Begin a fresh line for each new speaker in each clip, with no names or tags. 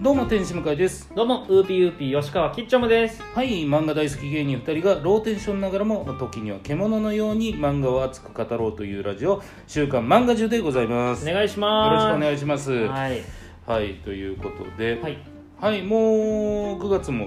どうも天使向井です。
どうもウーピーウーピー吉川きっちょむです。
はい、漫画大好き芸人2人がローテンションながらも時には獣のように漫画を熱く語ろうというラジオ週刊漫画中でございます。
お願いします。
よろしくお願いします。
はい
はい、ということで、
はい、
はい、もう9月も、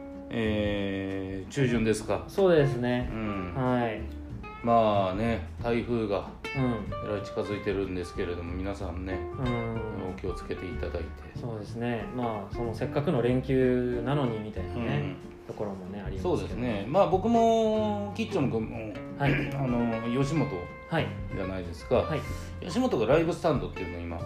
中旬ですか。
そうですね、はい、
まあね、台風が
うん
えらい近づいてるんですけれども、皆さんね、お気をつけていただいて。
そうですね、まあそのせっかくの連休なのにみたいなね、ところもねありますけど。
そうですね、まあ僕もキッチョン君も、
はい、
吉本
はい
じゃないですか、
はい、
吉本がライブスタンドっていうのを今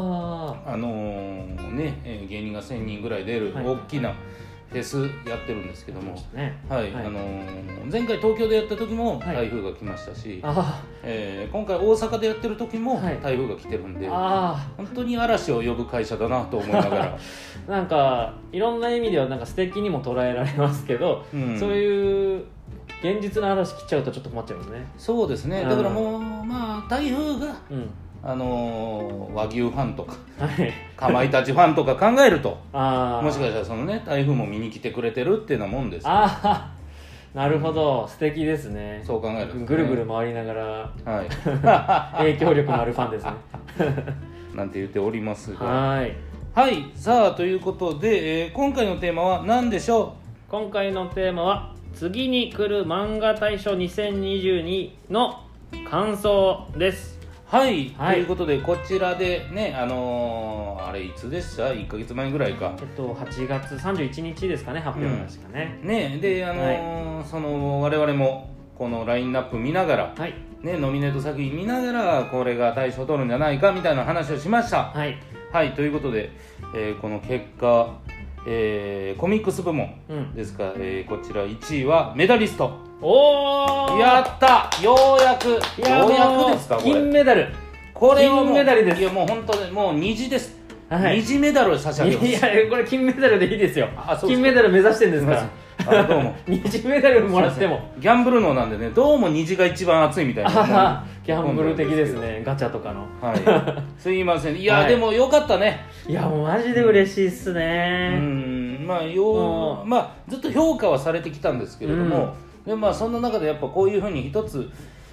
あ
芸人が1000人ぐらい出る
はい
大きなフェスやってるんですけども、
ね、
はい
はい、
前回東京でやった時も
はい
台風が来ましたし、
あ
今回大阪でやってる時も
はい
台風が来てるんで、
あ
本当に嵐を呼ぶ会社だなと思いながら
なんかいろんな意味ではなんか素敵にも捉えられますけど、そういう現実の嵐来ちゃうとちょっと困っちゃいますね。
そうですね、だからもうまあ台風が和牛ファンとか、
はい、
かまいたちファンとか考えるともしか
あ
したらそのね台風も見に来てくれてるっていうようなもんですよ。
あなるほど、素敵ですね。
そう考えると、ね、
ぐるぐる回りながら、
はい、
影響力のあるファンですね
なんて言っておりますが、
はい
さあということで、今回のテーマは何でしょ
今回のテーマは次に来る漫画大賞2022の感想です。
はい、ということでこちらでねあれいつでした1ヶ月前ぐらいか、
8月31日ですかね、発表ですかね、
ねでその我々もこのラインナップ見ながら、
はい
ね、ノミネート作品見ながらこれが大賞取るんじゃないかみたいな話をしました。
はい
ということで、この結果、コミックス部門ですか、こちら1位はメダリスト。
おー
やったようやくですかこれ
金メダル、
これはもう
金メダルです。
いやもう本当にもう虹です、
はい、
虹メダルを差し上げます。
いやこれ金メダルでいいですよ。
そうですか。
金メダル目指してるんですから
どうも
虹メダルもらっても
ギャンブル脳なんでね、どうも虹が一番熱いみたいな
ギャンブル的ですね、ガチャとかの。
すいません、いや、でもよかったね。
いやもうマジで嬉しいっすね。
まあずっと評価はされてきたんですけれども、でそんな中でやっぱこういうふうに一つ、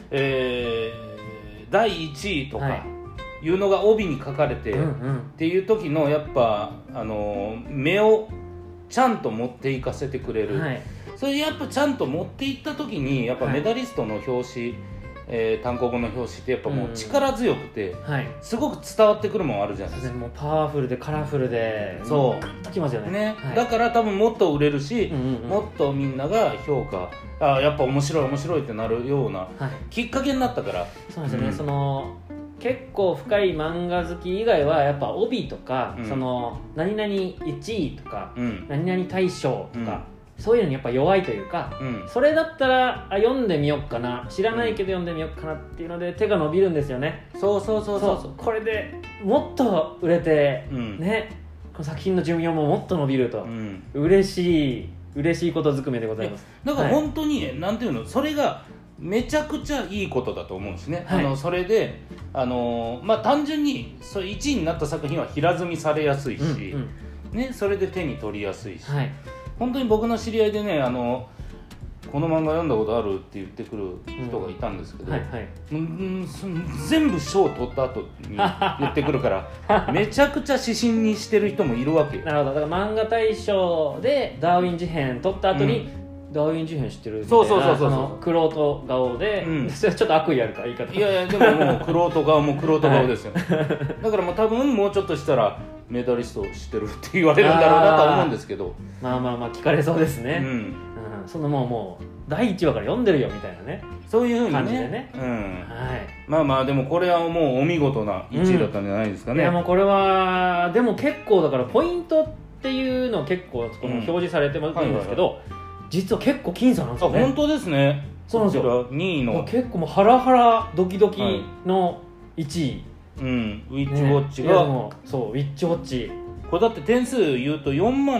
第1位とかいうのが帯に書かれて、っていう時のやっぱ目をちゃんと持っていかせてくれる、それやっぱちゃんと持っていった時にやっぱメダリストの表紙、単行本の表紙ってやっぱもう力強くて、すごく伝わってくるもんあるじゃないですか。
もうパワフルでカラフルで、
そう
きますよね。
だから多分もっと売れるし、もっとみんなが評価やっぱ面白いってなるようなきっかけになったから。
そうですよね、その結構深い漫画好き以外はやっぱ帯とか、その何々1位とか、何々大賞とか、そういうのにやっぱ弱いというか、それだったら読んでみようかな、知らないけど読んでみようかなっていうので手が伸びるんですよね。そうこれでもっと売れて、ね、この作品の寿命ももっと伸びると、嬉しいことずくめでございます。
だから本当に、なんていうの、それがめちゃくちゃいいことだと思うんですね。それで単純に1位になった作品は平積みされやすいし、それで手に取りやすいし、本当に僕の知り合いでね、この漫画読んだことあるって言ってくる人がいたんですけど、全部賞を取った後に言ってくるからめちゃくちゃ指針にしてる人もいるわけよ。
なるほど、だから漫画大賞でダーウィン事変取った後に、ダーウィン事変知ってるみたいな、そうクロート顔で、それちょっと悪意あるか言い方。
いやでももうクロート顔もクロート顔ですよ、だからもう多分もうちょっとしたらメダリストを知ってるって言われるんだろうなと思うんですけど、
まあ聞かれそうですね。そのもう第1話から読んでるよみたいなね、
そういうふうに
感じでね。
まあでもこれはもうお見事な1位だったんじゃないですかね。
いやもうこれはでも結構だからポイントっていうの結構この表示されてますんですけど、実は結構僅差なんですよね。
本当ですね。
そうなんですよ。
2位の
結構もうハラハラドキドキの1位、
ウィッチウォッチが、
そうウィッチウォッチ、
これだって点数言うと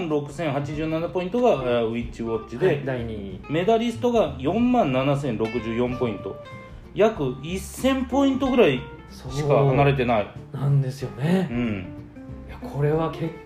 46,087ポイントがウィッチウォッチで、
第2位
メダリストが47,064ポイント、約1000ポイントぐらいしか離れてない
なんですよね。
うん、
いやこれは結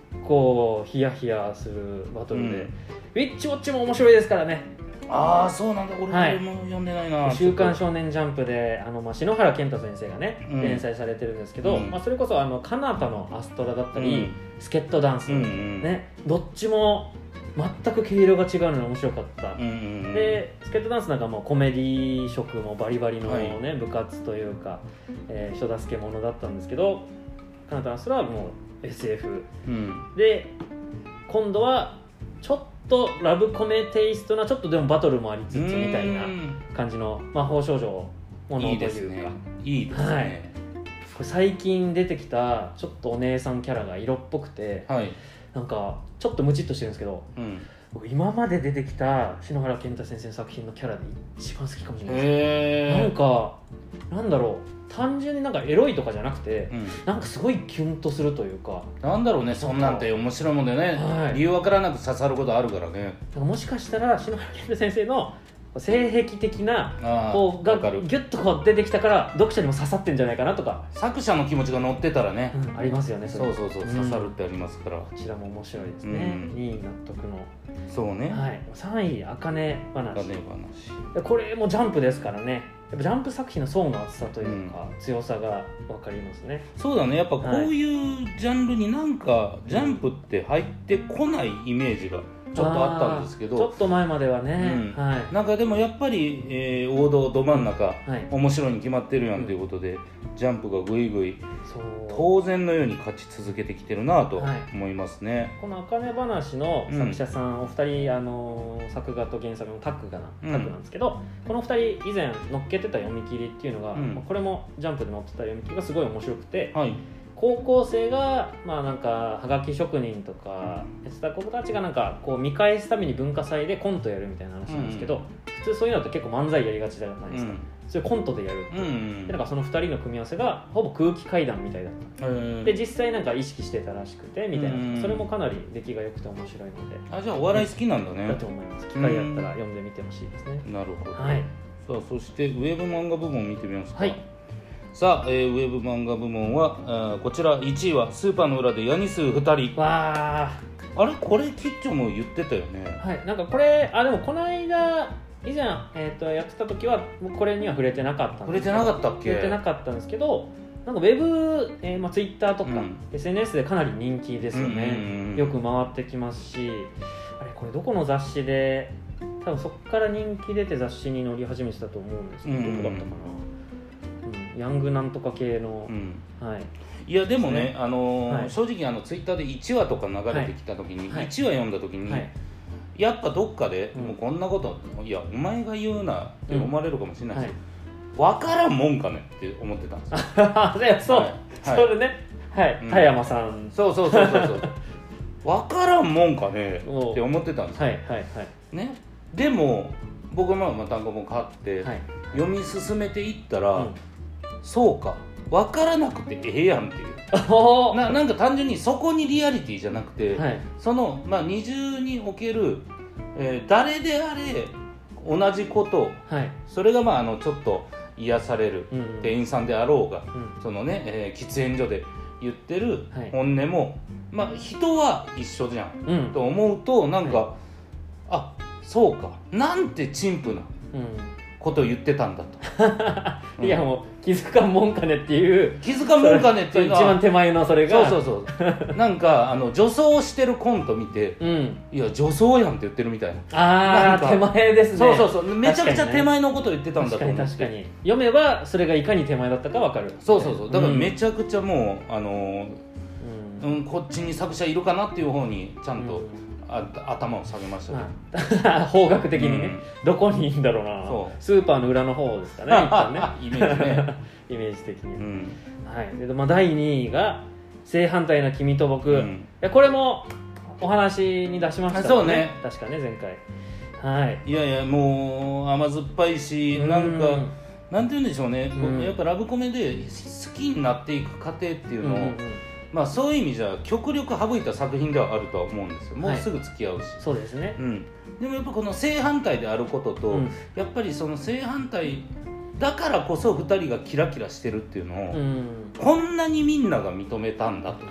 構ヒヤヒヤするバトルで、ウィッチウォッチも面白いですからね。
ああそうなんだ、俺も読んでないな。
週刊少年ジャンプで篠原健太先生がね、連載されてるんですけど、それこそカナタのアストラだったり、スケットダンス、ね、どっちも全く毛色が違うのに面白かった、でスケートダンスなんかもコメディ色もバリバリの、ね、部活というか、人助け者だったんですけど、カナタのアストラはもう SF、で今度はちょっとラブコメテイストな、ちょっとでもバトルもありつつみたいな感じの魔法少女ものというか、
いいですね、
これ最近出てきたちょっとお姉さんキャラが色っぽくて、なんかちょっとムチっとしてるんですけど、僕今まで出てきた篠原健太先生の作品のキャラで一番好きかもしれないです。なんかなんだろう、単純になんかエロいとかじゃなくて、なんかすごいキュンとするというか、
なんだろうね、そんなんて面白いもんでね、理由わからなく刺さることあるからね。
もしかしたら篠原健太先生の性癖的なこうがギュッとこう出てきたから読者にも刺さってんじゃないかなとか、
作者の気持ちが乗ってたらね、
ありますよね。
そう刺さるってありますから、こ
ちらも面白いですね。2位納得の、
そうね、
3位あかね話、これもジャンプですからね、やっぱジャンプ作品の層の厚さというか、強さが分かりますね。
そうだね、やっぱこういうジャンルになんかジャンプって入ってこないイメージがちょっとあったんですけど、
ちょっと前まではね、
なんかでもやっぱり、王道ど真ん中、面白いに決まってるやんということで、ジャンプがぐいぐい当然のように勝ち続けてきてるなと思いますね。
このあかね話の作者さん、お二人作画と原作のタッグなんですけど、この二人以前乗っけてた読み切りっていうのが、これもジャンプで載ってた読み切りがすごい面白くて、高校生がなんかはがき職人とかやってた子たちがなんかこう見返すために文化祭でコントやるみたいな話なんですけど、普通そういうのって結構漫才やりがちじゃないですか、それコントでやるって、でなんかその2人の組み合わせがほぼ空気階段みたいだった、で実際なんか意識してたらしくてみたいな、それもかなり出来が良くて面白いので、
じゃあお笑い好きなんだね。
だと思います。機会あったら読んでみてほしいですね。
なるほど、さあそしてウェブ漫画部門見てみますか。さあ、ウェブ漫画部門はこちら1位はスーパーの裏でヤニスー2人。あれこれキッチョも言ってたよね。
なんかこれでもこの間以前、やってた時はこれには触れてなかったんですけど、触れてなかったんですけど、なんかウェブ、ツイッターとか、SNS でかなり人気ですよね、よく回ってきますし、あれこれどこの雑誌で、多分そこから人気出て雑誌に載り始めてたと思うんですけど、どこだったかな、ヤングなんとか系の、
いやでもね、正直ツイッターで1話とか流れてきた時に、1話読んだ時に、やっぱどっかで、もうこんなこといやお前が言うなって思われるかもしれないですけど、分からんもんかねって思ってたんですよ。
それね、田山さん、
そう分からんもんかねって思ってたんですよ。でも僕は単行本買って読み進めていったら、そうか分からなくてええやんっていうなんか単純にそこにリアリティじゃなくて、その二重における、誰であれ同じこと、それがちょっと癒される店員さんであろうが、そのね、喫煙所で言ってる本音も、人は一緒じゃん、と思うと、なんかそうか、なんて陳腐なことを言ってたんだと
いやもう気づかんもんかねっていう、
気づかんもんかねっていうのは
一番手前のそれが、
なんか女装してるコント見て、いや女装やんって言ってるみたい
な、手前ですね。
めちゃくちゃ手前のことを言ってたんだと思って、
確かに読めばそれがいかに手前だったか分かる。
だからめちゃくちゃもうこっちに作者いるかなっていう方にちゃんと頭を下げましたね。
方角的にね、どこにいるんだろうな、スーパーの裏の方ですかね、一旦ね
イメージね
イメージ的に、第2位が正反対な君と僕、これもお話に出しましたね、確かね前回。
いやもう甘酸っぱいし、なんかなんて言うんでしょうね、やっぱラブコメで好きになっていく過程っていうのを、そういう意味じゃ極力省いた作品ではあるとは思うんですよ。もうすぐ付き合うし、
そうですね、
でもやっぱこの正反対であることと、やっぱりその正反対だからこそ2人がキラキラしてるっていうのを、こんなにみんなが認めたんだという、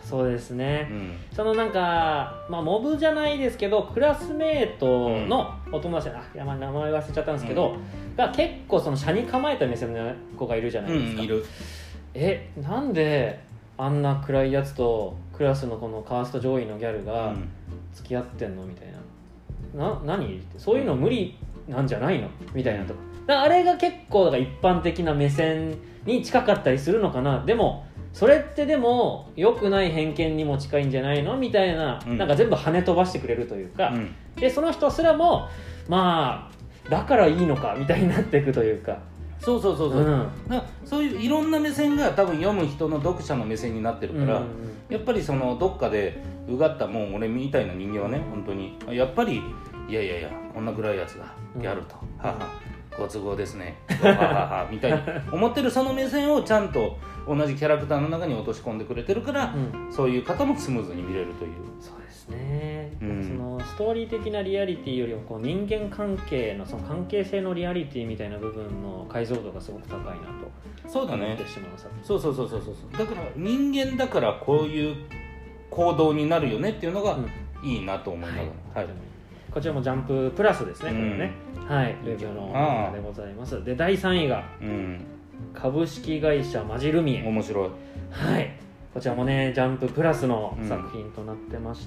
そうですね、そのなんか、モブじゃないですけどクラスメートのお友達、名前忘れちゃったんですけど、が結構その車に構えた目線の子がいるじゃないですか、
いる。
なんであんな暗いやつとクラスのこのカースト上位のギャルが付き合ってんのみたいな、何そういうの無理なんじゃないのみたいなとか、あれが結構だから一般的な目線に近かったりするのかな。でもそれってでも良くない偏見にも近いんじゃないのみたいな、なんか全部跳ね飛ばしてくれるというか、でその人すらもだからいいのかみたいになっていくというか、
そう、そういういろんな目線が多分読む人の読者の目線になってるから、やっぱりそのどっかでうがったもう俺みたいな人間はね、本当にやっぱりいやこんな暗いやつがやると、ご都合ですねみたいに思ってるその目線をちゃんと同じキャラクターの中に落とし込んでくれてるから、そういう方もスムーズに見れるという。
そうですね、そのストーリー的なリアリティよりもこう人間関係のその関係性のリアリティみたいな部分の解像度がすごく高いなと
そうだね
思ってしまう作
品。そうだから人間だからこういう行動になるよねっていうのがいいなと思いながら、
こちらもジャンププラスですね、これね、レビューの漫画でございます。で第3位が、株式会社マジルミエ。
面白い。
こちらもねジャンププラスの作品となってまして、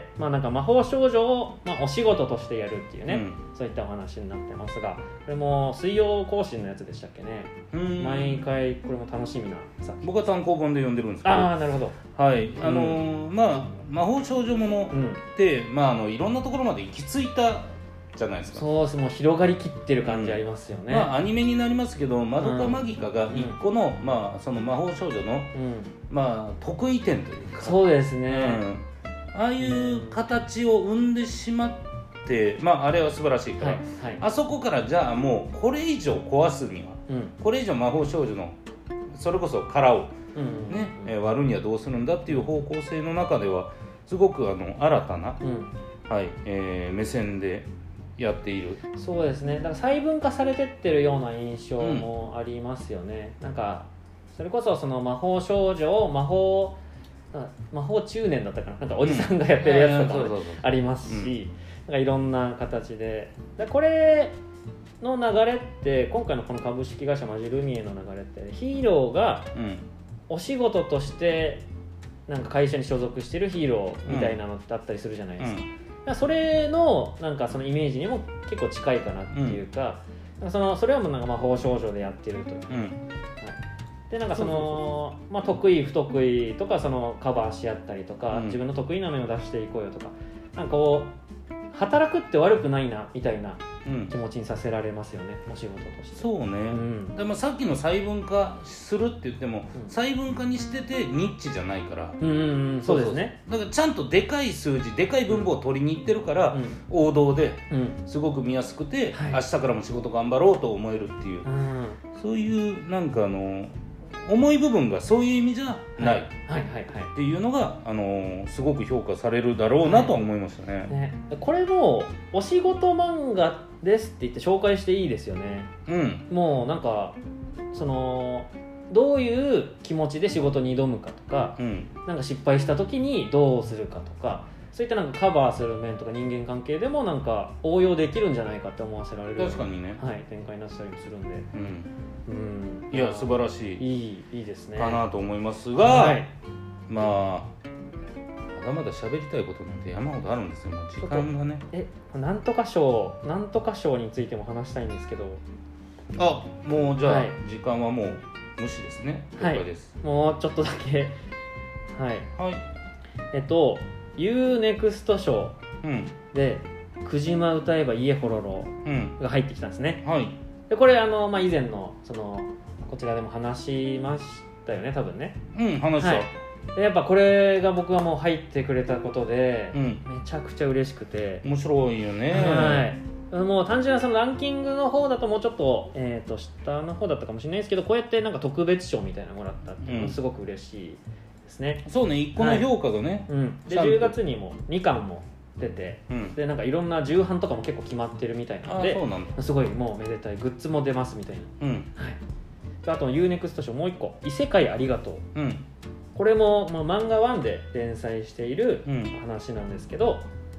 なんか魔法少女を、お仕事としてやるっていうね、そういったお話になってますが、これも水曜更新のやつでしたっけね。毎回これも楽しみな作品。
僕は単行本で読んでるんですけど。
なるほど。
魔法少女ものって、いろんなところまで行き着いたじゃないですか。
そうです、もう広がりきってる感じありますよね。
アニメになりますけど、マドカマギカが一個の、その魔法少女の、得意点というか、
そうですね、
ああいう形を生んでしまって、あれは素晴らしいから、あそこからじゃあもうこれ以上壊すには、これ以上魔法少女のそれこそ殻を、割るにはどうするんだっていう方向性の中ではすごく新たな、目線でやっている。
そうですね、だから細分化されてってるような印象もありますよね。なんかそれこそその魔法少女を魔法中年だったかな、なんかおじさんがやってるやつとかもありますし、なんかいろんな形で、これの流れって今回のこの株式会社マジルミエの流れってヒーローがお仕事としてなんか会社に所属してるヒーローみたいなのってあったりするじゃないですか。それのなんかそのイメージにも結構近いかなっていうか、それはもうなんか魔法少女でやってるという、でなんかその得意不得意とかそのカバーし合ったりとか、自分の得意な面を出していこうよとか、なんかこう働くって悪くないなみたいな気持ちにさせられますよね、お仕事として。
そうね、でもさっきの細分化するって言っても、細分化にしててニッチじゃないから、
そうですね。
だからちゃんとでかい数字でかい分母を取りに行ってるから、王道ですごく見やすくて、明日からも仕事頑張ろうと思えるっていう、そういうなんか重い部分がそういう意味じゃないっていうのがすごく評価されるだろうなとは思いましたね。
これもお仕事漫画ですって言って紹介していいですよね。もうなんかそのどういう気持ちで仕事に挑むかとか、なんか失敗した時にどうするかとか、そういったなんかカバーする面とか人間関係でもなんか応用できるんじゃないかって思わせられる、
確かにね、
展開になってたりもするんで、
いや素晴らし
いいですね
かなと思いますが、まだまだ喋りたいことなんて山ほどあるんですよ。もう時間がね、
なんとか賞についても話したいんですけど、
もうじゃあ、時間はもう無視ですね。了解です。
もうちょっとだけUNEXT 賞でクジマ歌えば家ほろろが入ってきたんですね。でこれ以前のこちらでも話しましたよね、多分ね。
話した。
でやっぱこれが僕はもう入ってくれたことで、めちゃくちゃ嬉しくて。
面白いよね。
もう単純なそのランキングの方だともうちょっと、下の方だったかもしれないですけど、こうやってなんか特別賞みたいなのもらったっていうのはすごく嬉しいですね。
そうね、1個の評価がね、
で10月にも2巻も出て、でなんかいろんな重版とかも結構決まってるみたいなので、すごいもうめでたいグッズも出ますみたいな。あと UNEXT 賞もう1個異世界ありがとうこれも、漫画1で連載している話なんですけど、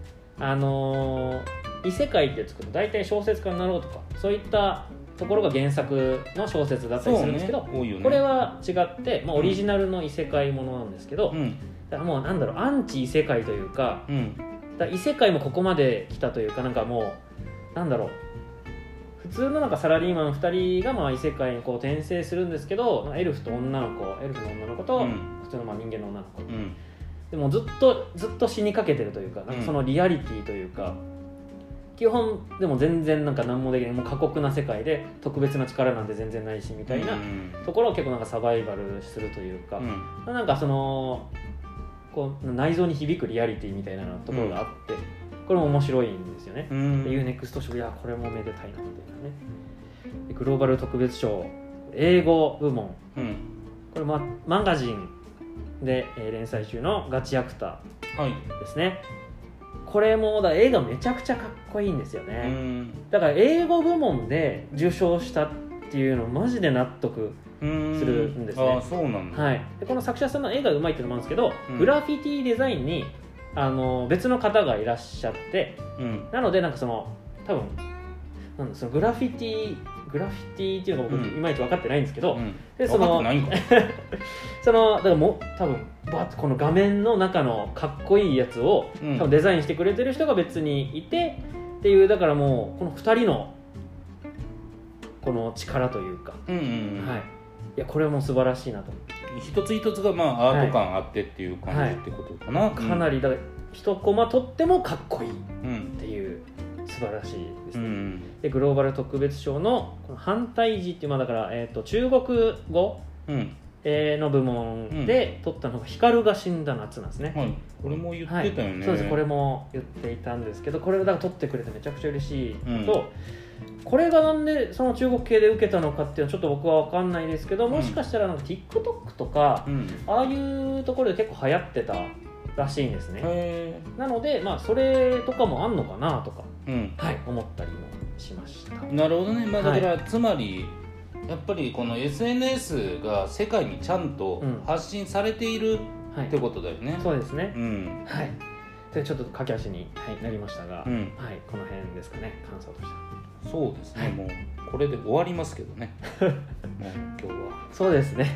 異世界ってつくと大体小説家になろうとかそういったところが原作の小説だったりするんですけど、これは違って、オリジナルの異世界ものなんですけど、だからもうなんだろう、アンチ異世界というか、だから異世界もここまで来たというか、なんかもうなんだろう、普通のなんかサラリーマン2人が異世界にこう転生するんですけど、エルフの女の子と普通の人間の女の子、でもずっと死にかけてるというか、なんかそのリアリティというか、基本でも全然なんか何もできない、もう過酷な世界で特別な力なんて全然ないしみたいなところを結構なんかサバイバルするというか、なんかそのこう内臓に響くリアリティみたいなところがあって、これも面白いんですよね。UNEXT賞、いやこれもめでたいなみたいなね。グローバル特別賞英語部門、これマガジンで連載中のガチアクターですね。これも映画めちゃくちゃかっこいいんですよね。だから英語部門で受賞したっていうのマジで納得するんですね。
そうなんだ。
でこの作者さんの絵がうまいっていうのもあるんですけど、グラフィティデザインに別の方がいらっしゃって、なのでなんかその多分そのグラフィティっていうのが僕いまいち分かってないんですけど、でそのそのだからもう多分バッとこの画面の中のかっこいいやつを、多分デザインしてくれてる人が別にいてっていう、だからもうこの2人のこの力というか、いやこれも素晴らしいなと。
一つ一つがアート感あってっていう感じってことかな。
かなりだから一コマとってもかっこいいっていう、素晴らしいですね。でグローバル特別賞のこの反対字っていう、だから、中国語、の部門で取ったのが光が死んだ夏なんですね。
これも言ってたよね。
そうです、これも言っていたんですけど、これをだから取ってくれてめちゃくちゃ嬉しいのと、これがなんでその中国系で受けたのかっていうのはちょっと僕は分かんないですけど、もしかしたらなんか TikTok とか、ああいうところで結構流行ってたらしいんですね。なのでそれとかもあんのかなとか、思ったりもしました。
なるほどね。だからつまりやっぱりこの SNS が世界にちゃんと発信されているってことだよね。
そうですね。でちょっと駆け足に、なりましたが、この辺ですかね、感想としては。
そうですね、もうこれで終わりますけどね。もう今日は
そうですね。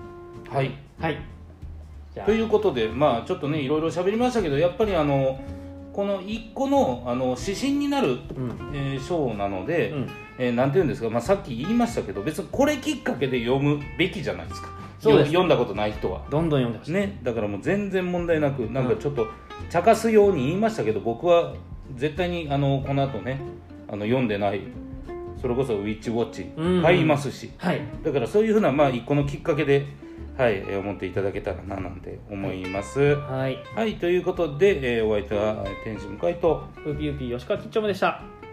ということでちょっとねいろいろ喋りましたけど、やっぱりこの一個の指針になる章なので、なんていうんですか、さっき言いましたけど、別にこれきっかけで読むべきじゃないですか。読んだことない人は
どんどん読んでほしい
ね。だからもう全然問題なく、なんかちょっと茶化すように言いましたけど、僕は絶対にこの後ね読んでない、それこそウィッチウォッチ買いますし、だからそういうふうな一個のきっかけで思っていただけたらななんて思います。ということで、お相手は天使向井と
ウピウピ吉川吉兆でした。